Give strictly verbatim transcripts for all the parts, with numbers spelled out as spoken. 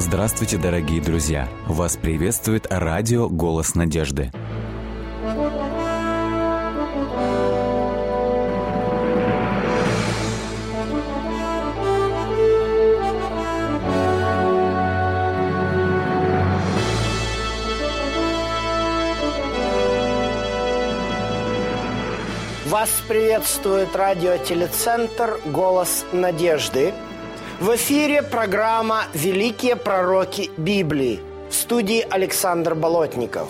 Здравствуйте, дорогие друзья! Вас приветствует радио «Голос надежды». Вас приветствует радиотелецентр «Голос надежды». В эфире программа «Великие пророки Библии». В студии Александр Болотников.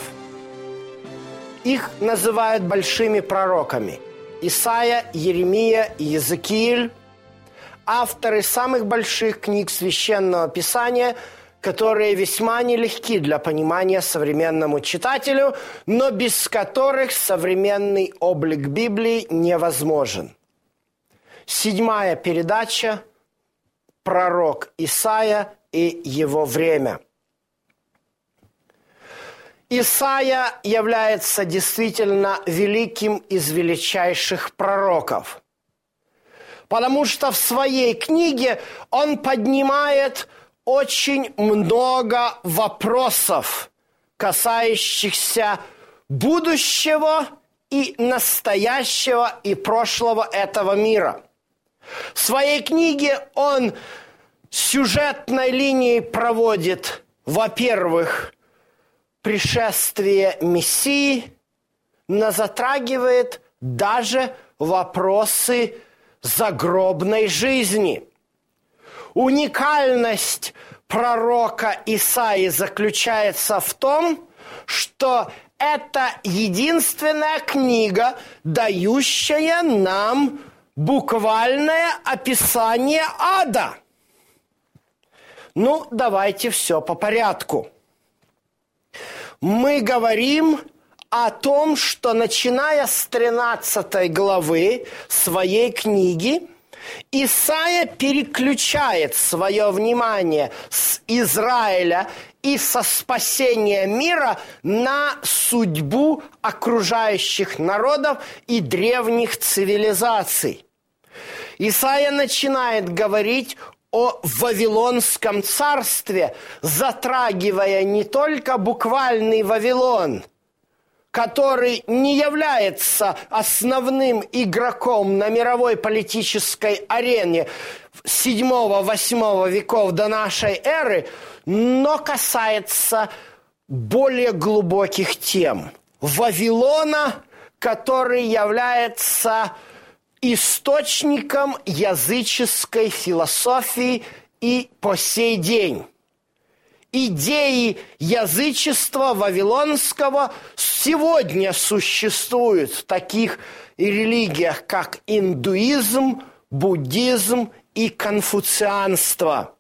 Их называют большими пророками. Исайя, Иеремия, Иезекииль. Авторы самых больших книг Священного Писания, которые весьма нелегки для понимания современному читателю, но без которых современный облик Библии невозможен. Седьмая передача «Пророк Исайя и его время». Исайя является действительно великим из величайших пророков, потому что в своей книге он поднимает очень много вопросов, касающихся будущего и настоящего и прошлого этого мира. В своей книге он сюжетной линией проводит, во-первых, пришествие Мессии, но затрагивает даже вопросы загробной жизни. Уникальность пророка Исаии заключается в том, что это единственная книга, дающая нам буквальное описание ада. Ну, давайте все по порядку. Мы говорим о том, что начиная с тринадцатой главы своей книги, Исайя переключает свое внимание с Израиля и со спасения мира на судьбу окружающих народов и древних цивилизаций. Исайя начинает говорить о Вавилонском царстве, затрагивая не только буквальный Вавилон, который не является основным игроком на мировой политической арене седьмого-восьмого веков до нашей эры, но касается более глубоких тем. Вавилона, который является источником языческой философии и по сей день. Идеи язычества вавилонского сегодня существуют в таких религиях, как индуизм, буддизм и конфуцианство.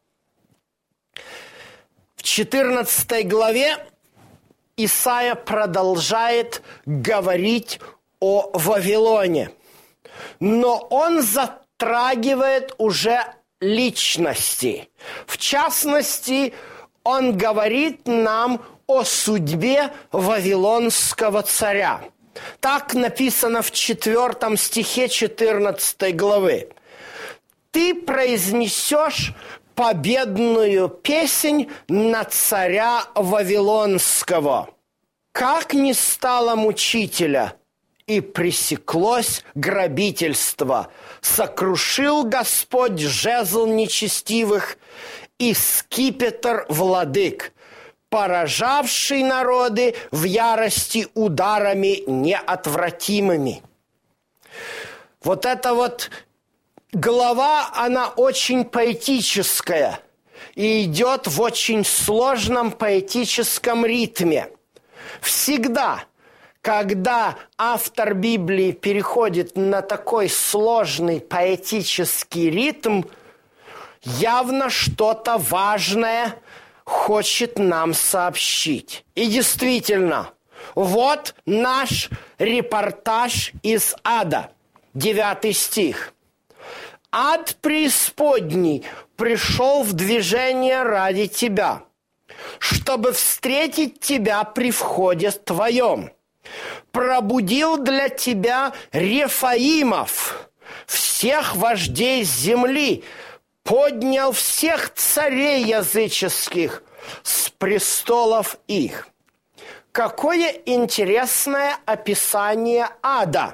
В четырнадцатой главе Исайя продолжает говорить о Вавилоне, но он затрагивает уже личности. В частности, он говорит нам о судьбе вавилонского царя. Так написано в четвертом стихе четырнадцатой главы. «Ты произнесешь победную песнь на царя Вавилонского. Как не стало мучителя, и пресеклось грабительство, сокрушил Господь жезл нечестивых и скипетр владык, поражавший народы в ярости ударами неотвратимыми». Вот эта вот глава, она очень поэтическая и идет в очень сложном поэтическом ритме. Всегда, когда автор Библии переходит на такой сложный поэтический ритм, явно что-то важное хочет нам сообщить. И действительно, вот наш репортаж из ада, девятый стих. «Ад преисподней пришел в движение ради тебя, чтобы встретить тебя при входе твоем. Пробудил для тебя Рефаимов, всех вождей земли, поднял всех царей языческих с престолов их. Какое интересное описание ада.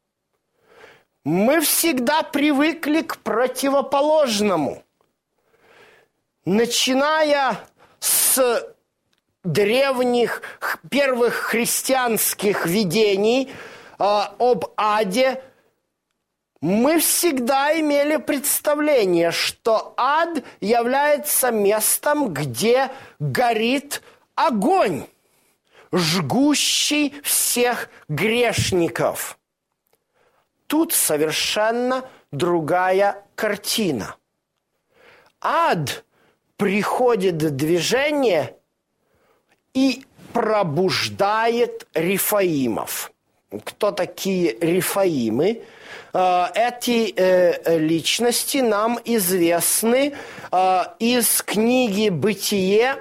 Мы всегда привыкли к противоположному. Начиная с древних первых христианских видений э, об аде, мы всегда имели представление, что ад является местом, где горит огонь, жгущий всех грешников. Тут совершенно другая картина. Ад приходит в движение и пробуждает рифаимов. Кто такие рифаимы? Эти личности нам известны из книги «Бытие»,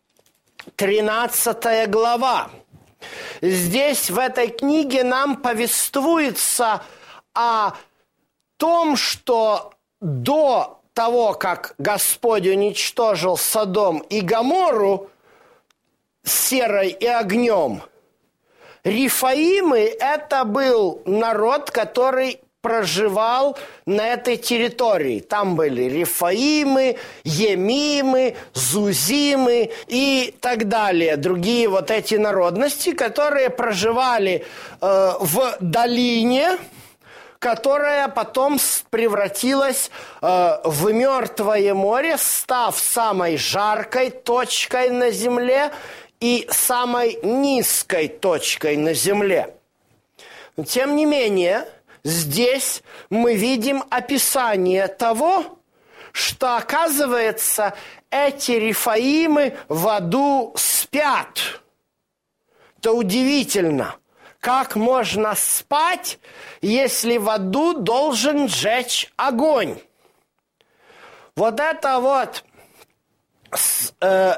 тринадцатая глава. Здесь, в этой книге, нам повествуется о том, что до того, как Господь уничтожил Содом и Гоморру серой и огнем, Рифаимы – это был народ, который проживал на этой территории. Там были Рифаимы, Емимы, Зузимы и так далее. Другие вот эти народности, которые проживали э, в долине, которая потом превратилась э, в Мертвое море, став самой жаркой точкой на земле и самой низкой точкой на земле. Но, тем не менее, здесь мы видим описание того, что, оказывается, эти рифаимы в аду спят. Это удивительно. Как можно спать, если в аду должен жечь огонь? Вот это вот э,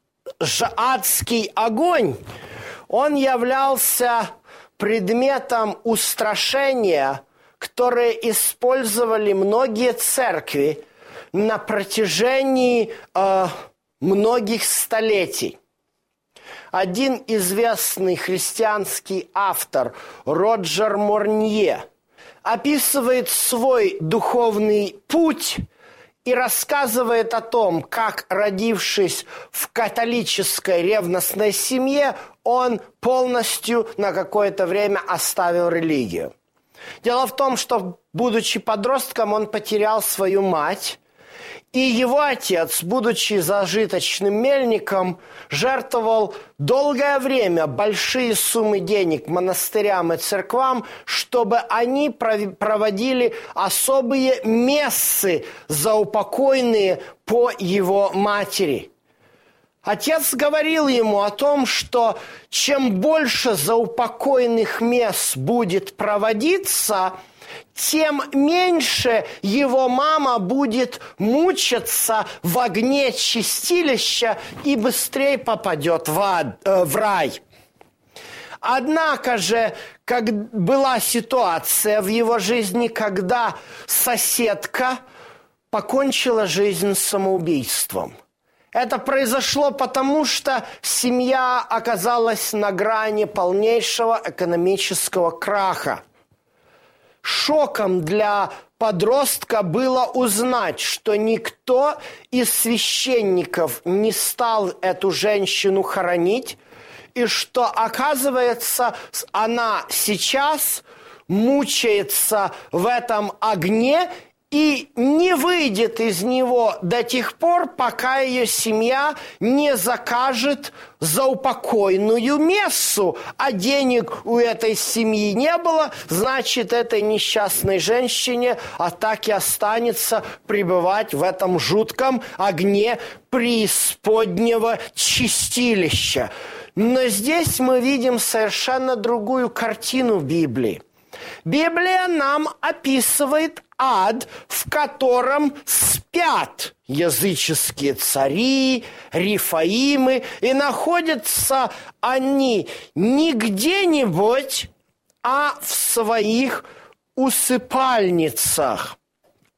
адский огонь, он являлся предметом устрашения, которые использовали многие церкви на протяжении э, многих столетий. Один известный христианский автор, Роджер Морнье, описывает свой духовный путь и рассказывает о том, как, родившись в католической ревностной семье, он полностью на какое-то время оставил религию. Дело в том, что, будучи подростком, он потерял свою мать, и его отец, будучи зажиточным мельником, жертвовал долгое время большие суммы денег монастырям и церквам, чтобы они проводили особые мессы заупокойные по его матери. Отец говорил ему о том, что чем больше заупокойных месс будет проводиться, тем меньше его мама будет мучиться в огне чистилища и быстрее попадет в, ад, э, в рай. Однако же, как была ситуация в его жизни, когда соседка покончила жизнь самоубийством. Это произошло потому, что семья оказалась на грани полнейшего экономического краха. Шоком для подростка было узнать, что никто из священников не стал эту женщину хоронить, и что, оказывается, она сейчас мучается в этом огне и не выйдет из него до тех пор, пока ее семья не закажет заупокойную мессу, а денег у этой семьи не было, значит, этой несчастной женщине а так и останется пребывать в этом жутком огне преисподнего чистилища. Но здесь мы видим совершенно другую картину в Библии. Библия нам описывает ад, в котором спят языческие цари, рифаимы, и находятся они не где-нибудь, а в своих усыпальницах.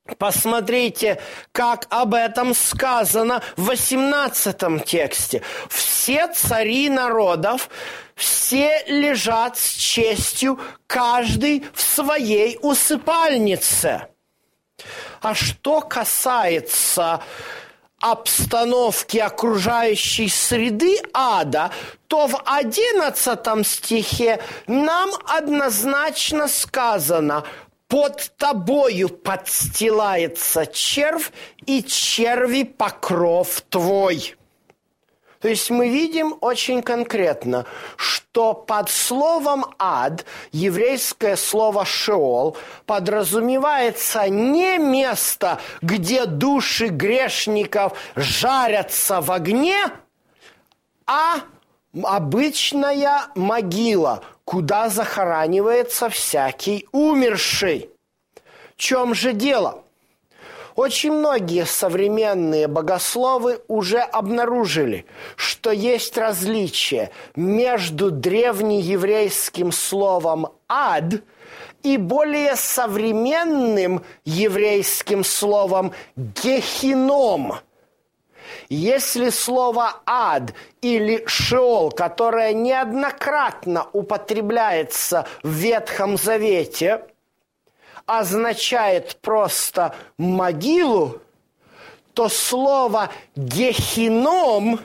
Посмотрите, как об этом сказано в восемнадцатом тексте. «Все цари народов, все лежат с честью, каждый в своей усыпальнице». А что касается обстановки окружающей среды ада, то в одиннадцатом стихе нам однозначно сказано: «Под тобою подстилается червь, и черви покров твой». То есть мы видим очень конкретно, что под словом «ад» еврейское слово «шеол» подразумевается не место, где души грешников жарятся в огне, а обычная могила, куда захоранивается всякий умерший. В чем же дело? Очень многие современные богословы уже обнаружили, что есть различие между древнееврейским словом «ад» и более современным еврейским словом «гехином». Если слово «ад» или «шеол», которое неоднократно употребляется в Ветхом Завете, означает просто могилу, то слово «гехином»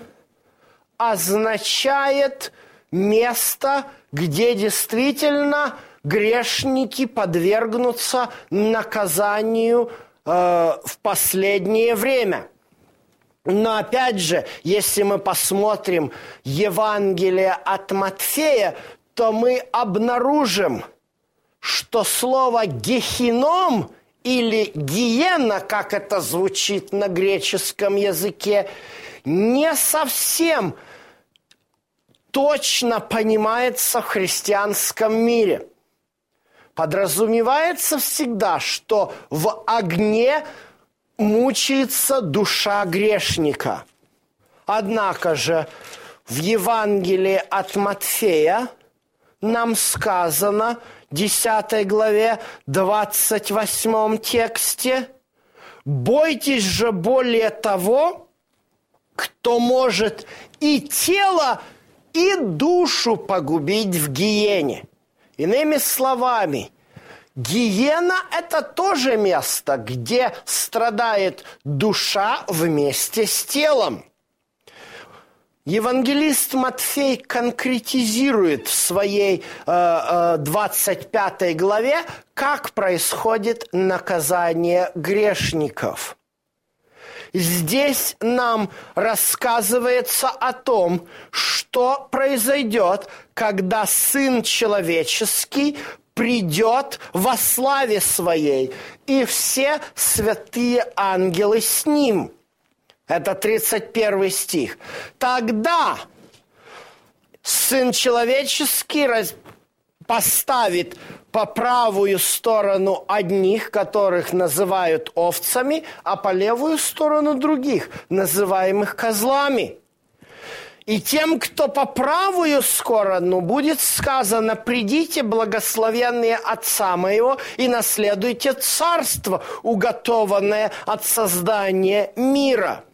означает место, где действительно грешники подвергнутся наказанию э, в последнее время. Но опять же, если мы посмотрим Евангелие от Матфея, то мы обнаружим, что слово «гехином» или «гиена», как это звучит на греческом языке, не совсем точно понимается в христианском мире. Подразумевается всегда, что в огне мучается душа грешника. Однако же в Евангелии от Матфея нам сказано в десятой главе, двадцать восьмом тексте: «Бойтесь же более того, кто может и тело, и душу погубить в гиене». Иными словами, гиена – это тоже место, где страдает душа вместе с телом. Евангелист Матфей конкретизирует в своей э, двадцать пятой главе, как происходит наказание грешников. Здесь нам рассказывается о том, что произойдет, когда Сын Человеческий придет во славе Своей, и все святые ангелы с Ним. Это тридцать первый стих. Тогда Сын Человеческий поставит по правую сторону одних, которых называют овцами, а по левую сторону других, называемых козлами. И тем, кто по правую сторону, будет сказано: «Придите, благословенные Отца Моего, и наследуйте царство, уготованное от создания мира».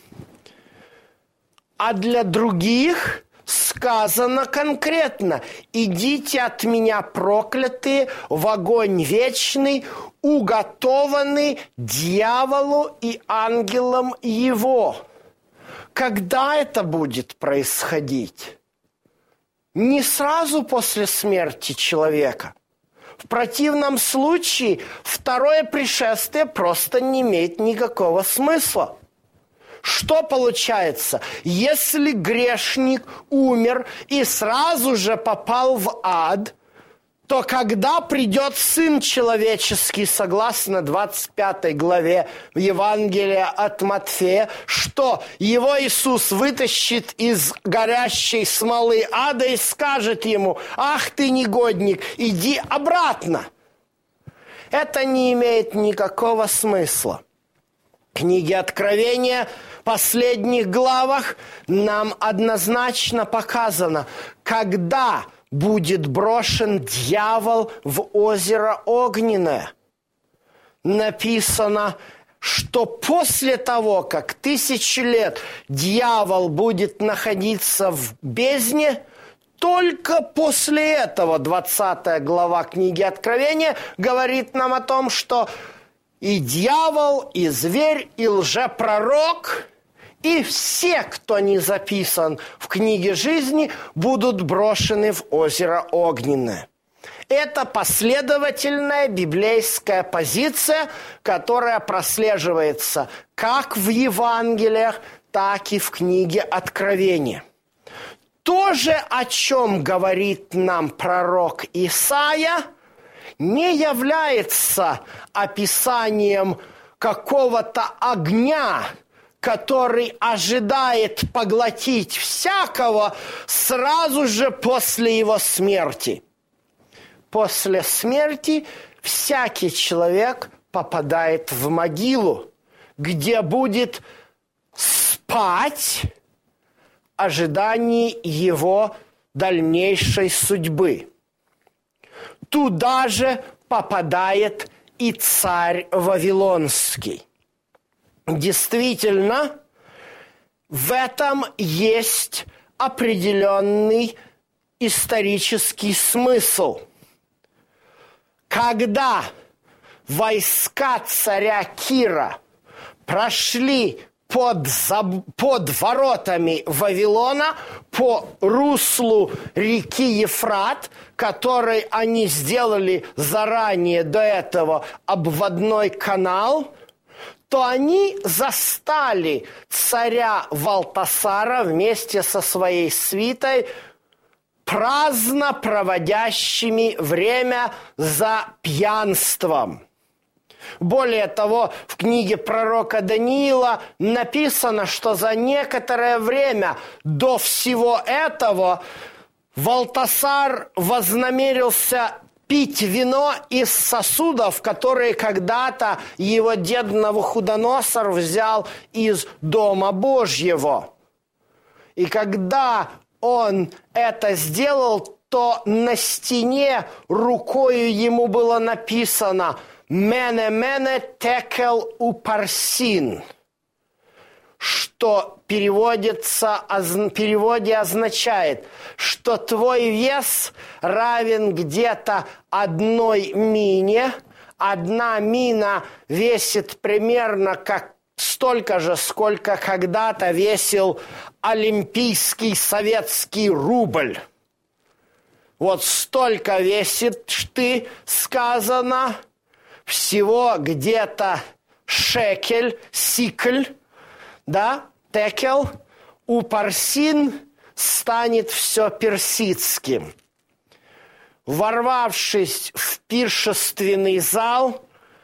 А для других сказано конкретно: «Идите от меня, проклятые, в огонь вечный, уготованный дьяволу и ангелам его». Когда это будет происходить? Не сразу после смерти человека. В противном случае второе пришествие просто не имеет никакого смысла. Что получается? Если грешник умер и сразу же попал в ад, то когда придет Сын Человеческий, согласно двадцать пятой главе Евангелия от Матфея, что его Иисус вытащит из горящей смолы ада и скажет ему: «Ах ты, негодник, иди обратно». Это не имеет никакого смысла. В книге Откровения, в последних главах, нам однозначно показано, когда будет брошен дьявол в озеро огненное. написано, что после того, как тысячи лет дьявол будет находиться в бездне, только после этого двадцатая глава книги Откровения говорит нам о том, что и дьявол, и зверь, и лжепророк, и все, кто не записан в книге жизни, будут брошены в озеро Огненное. Это последовательная библейская позиция, которая прослеживается как в Евангелиях, так и в книге Откровения. То же, о чем говорит нам пророк Исаия, не является описанием какого-то огня, который ожидает поглотить всякого сразу же после его смерти. После смерти всякий человек попадает в могилу, где будет спать в ожидании его дальнейшей судьбы. Туда же попадает и царь Вавилонский. Действительно, в этом есть определенный исторический смысл. Когда войска царя Кира прошли под, под воротами Вавилона по руслу реки Ефрат, который они сделали заранее до этого обводной канал, то они застали царя Валтасара вместе со своей свитой, праздно проводящими время за пьянством. Более того, в книге пророка Даниила написано, что за некоторое время до всего этого Валтасар вознамерился пить вино из сосудов, которые когда-то его дед Навуходоносор взял из Дома Божьего. И когда он это сделал, то на стене рукою ему было написано «Мене, мене текел упарсин», что переводится, в переводе означает, что твой вес равен где-то одной мине. Одна мина весит примерно как столько же, сколько когда-то весил олимпийский советский рубль. Вот столько весит ты, сказано, всего где-то шекель, сикль, да, текел, упарсин станет все персидским. Ворвавшись в пиршественный зал,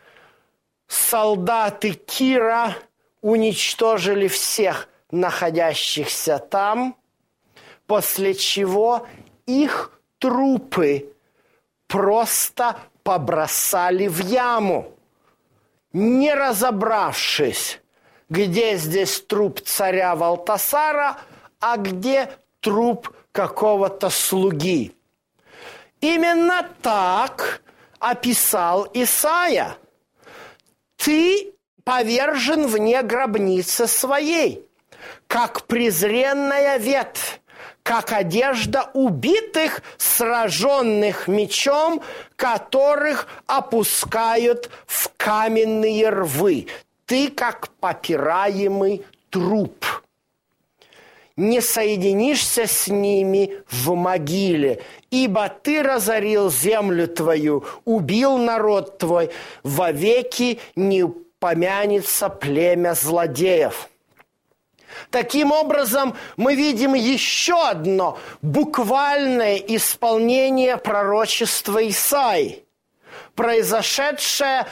солдаты Кира уничтожили всех находящихся там, после чего их трупы просто побросали в яму, не разобравшись, где здесь труп царя Валтасара, а где труп какого-то слуги. Именно так описал Исаия. Ты повержен вне гробницы своей, как презренная ветвь, как одежда убитых, сраженных мечом, которых опускают в каменные рвы. Ты, как попираемый труп. Не соединишься с ними в могиле, ибо ты разорил землю твою, убил народ твой, вовеки не упомянется племя злодеев. Таким образом, мы видим еще одно буквальное исполнение пророчества Исаии, произошедшее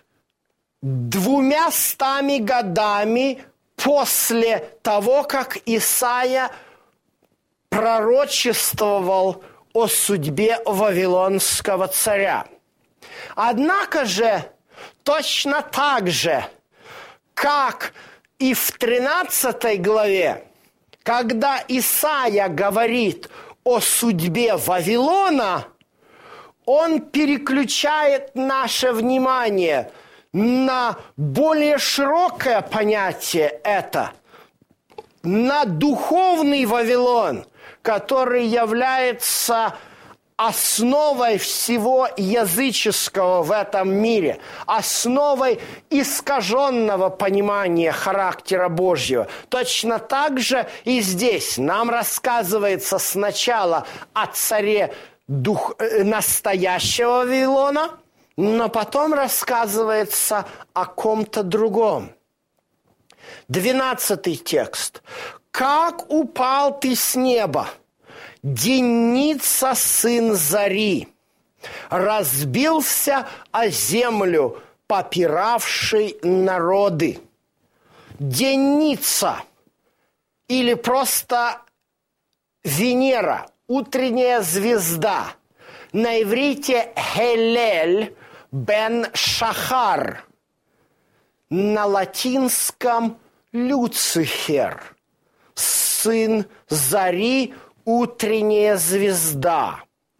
двумя стами годами после того, как Исаия пророчествовал о судьбе вавилонского царя. Однако же, точно так же, как и в тринадцатой главе, когда Исаия говорит о судьбе Вавилона, он переключает наше внимание на более широкое понятие это, на духовный Вавилон, который является основой всего языческого в этом мире, основой искаженного понимания характера Божьего. Точно так же и здесь нам рассказывается сначала о царе дух, настоящего Вавилона, но потом рассказывается о ком-то другом. Двенадцатый текст. «Как упал ты с неба, Деница, сын зари, разбился о землю, попиравший народы». Деница или просто Венера, утренняя звезда. На иврите Хелель бен Шахар. На латинском Люцифер, сын зари, утренняя звезда.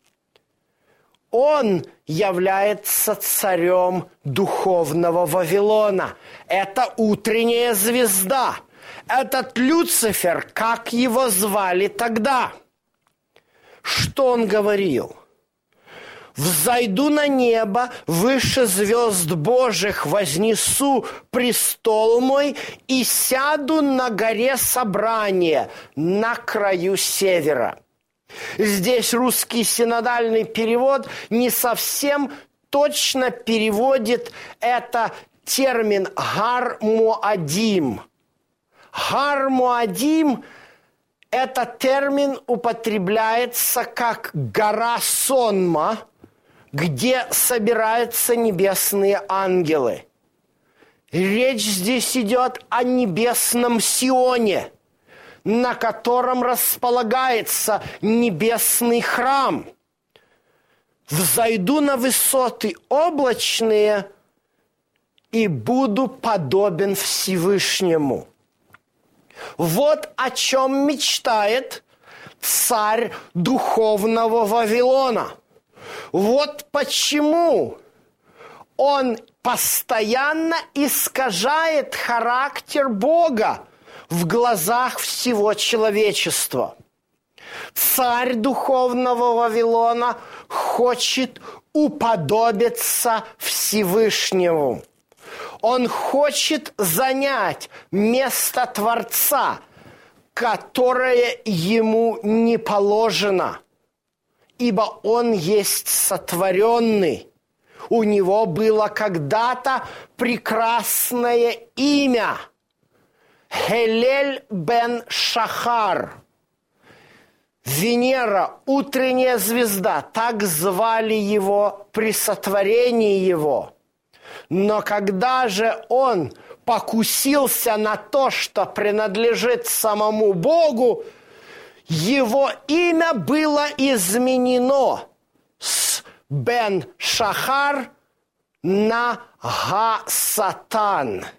Он является царем духовного Вавилона. Это утренняя звезда. Этот Люцифер, как его звали тогда? Что он говорил? «Взойду на небо, выше звезд Божьих вознесу престол мой и сяду на горе собрания на краю севера». Здесь русский синодальный перевод не совсем точно переводит это термин «гар-моадим». «Гар-моадим» – этот термин употребляется как «гора Сонма», где собираются небесные ангелы. Речь здесь идет о небесном Сионе, на котором располагается небесный храм. «Взойду на высоты облачные и буду подобен Всевышнему». Вот о чем мечтает царь духовного Вавилона. Вот почему он постоянно искажает характер Бога в глазах всего человечества. Царь духовного Вавилона хочет уподобиться Всевышнему. Он хочет занять место Творца, которое ему не положено, ибо он есть сотворенный. У него было когда-то прекрасное имя – Хелель бен Шахар. Венера, утренняя звезда, так звали его при сотворении его. Но когда же он покусился на то, что принадлежит самому Богу, его имя было изменено с Бен Шахар на Га-Сатан.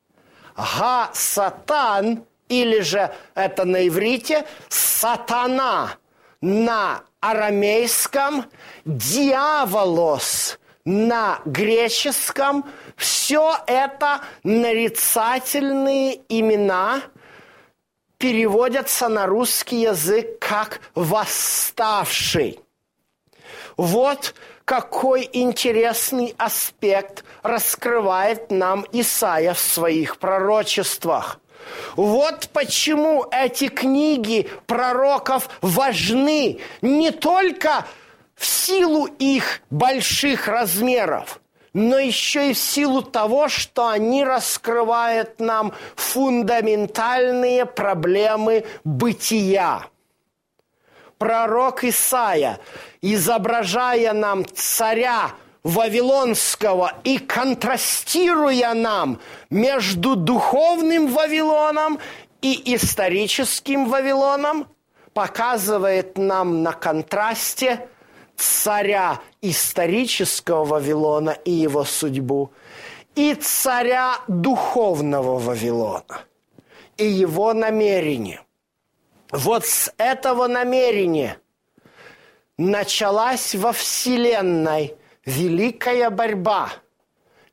Га-Сатан, или же это на иврите, сатана на арамейском, диаволос на греческом. Все это нарицательные имена, переводятся на русский язык как «восставший». Вот какой интересный аспект раскрывает нам Исаия в своих пророчествах. Вот почему эти книги пророков важны не только в силу их больших размеров, но еще и в силу того, что они раскрывают нам фундаментальные проблемы бытия. Пророк Исаия, изображая нам царя Вавилонского и контрастируя нам между духовным Вавилоном и историческим Вавилоном, показывает нам на контрасте царя исторического Вавилона и его судьбу, и царя духовного Вавилона и его намерение. Вот с этого намерения началась во Вселенной великая борьба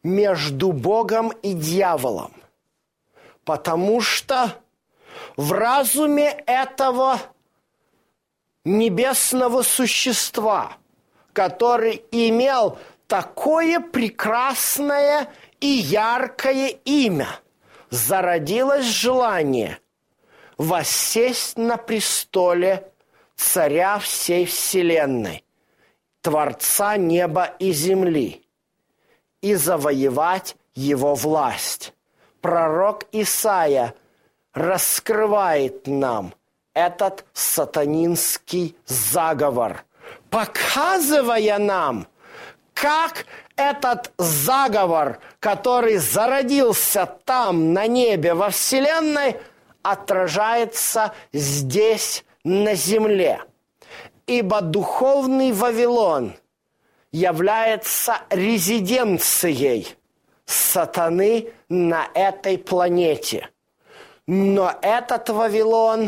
между Богом и дьяволом, потому что в разуме этого небесного существа, который имел такое прекрасное и яркое имя, зародилось желание воссесть на престоле царя всей вселенной, Творца неба и земли, и завоевать его власть. Пророк Исаия раскрывает нам этот сатанинский заговор, показывая нам, как этот заговор, который зародился там, на небе, во вселенной, отражается здесь, на земле. Ибо духовный Вавилон является резиденцией сатаны на этой планете. Но этот Вавилон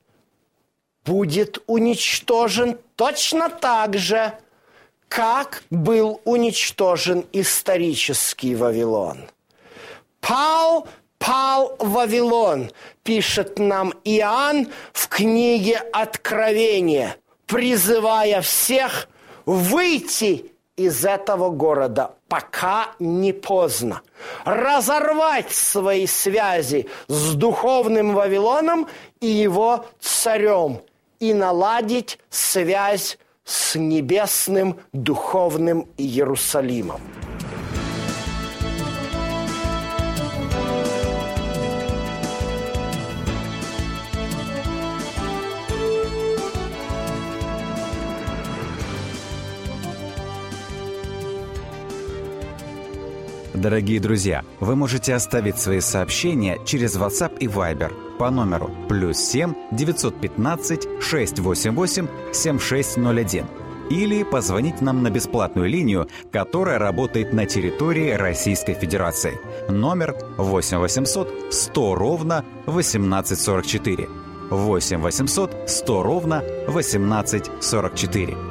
будет уничтожен точно так же, как был уничтожен исторический Вавилон. Пал, пал Вавилон, пишет нам Иоанн в книге Откровения, призывая всех выйти из этого города, пока не поздно. Разорвать свои связи с духовным Вавилоном и его царем и наладить связь с небесным духовным Иерусалимом. Дорогие друзья, вы можете оставить свои сообщения через WhatsApp и Viber по номеру плюс семь девятьсот пятнадцать шестьсот восемьдесят восемь семьдесят шесть ноль один или позвонить нам на бесплатную линию, которая работает на территории Российской Федерации. Номер восемь восемьсот сто ровно восемнадцать сорок четыре. восемь восемьсот сто ровно восемнадцать сорок четыре.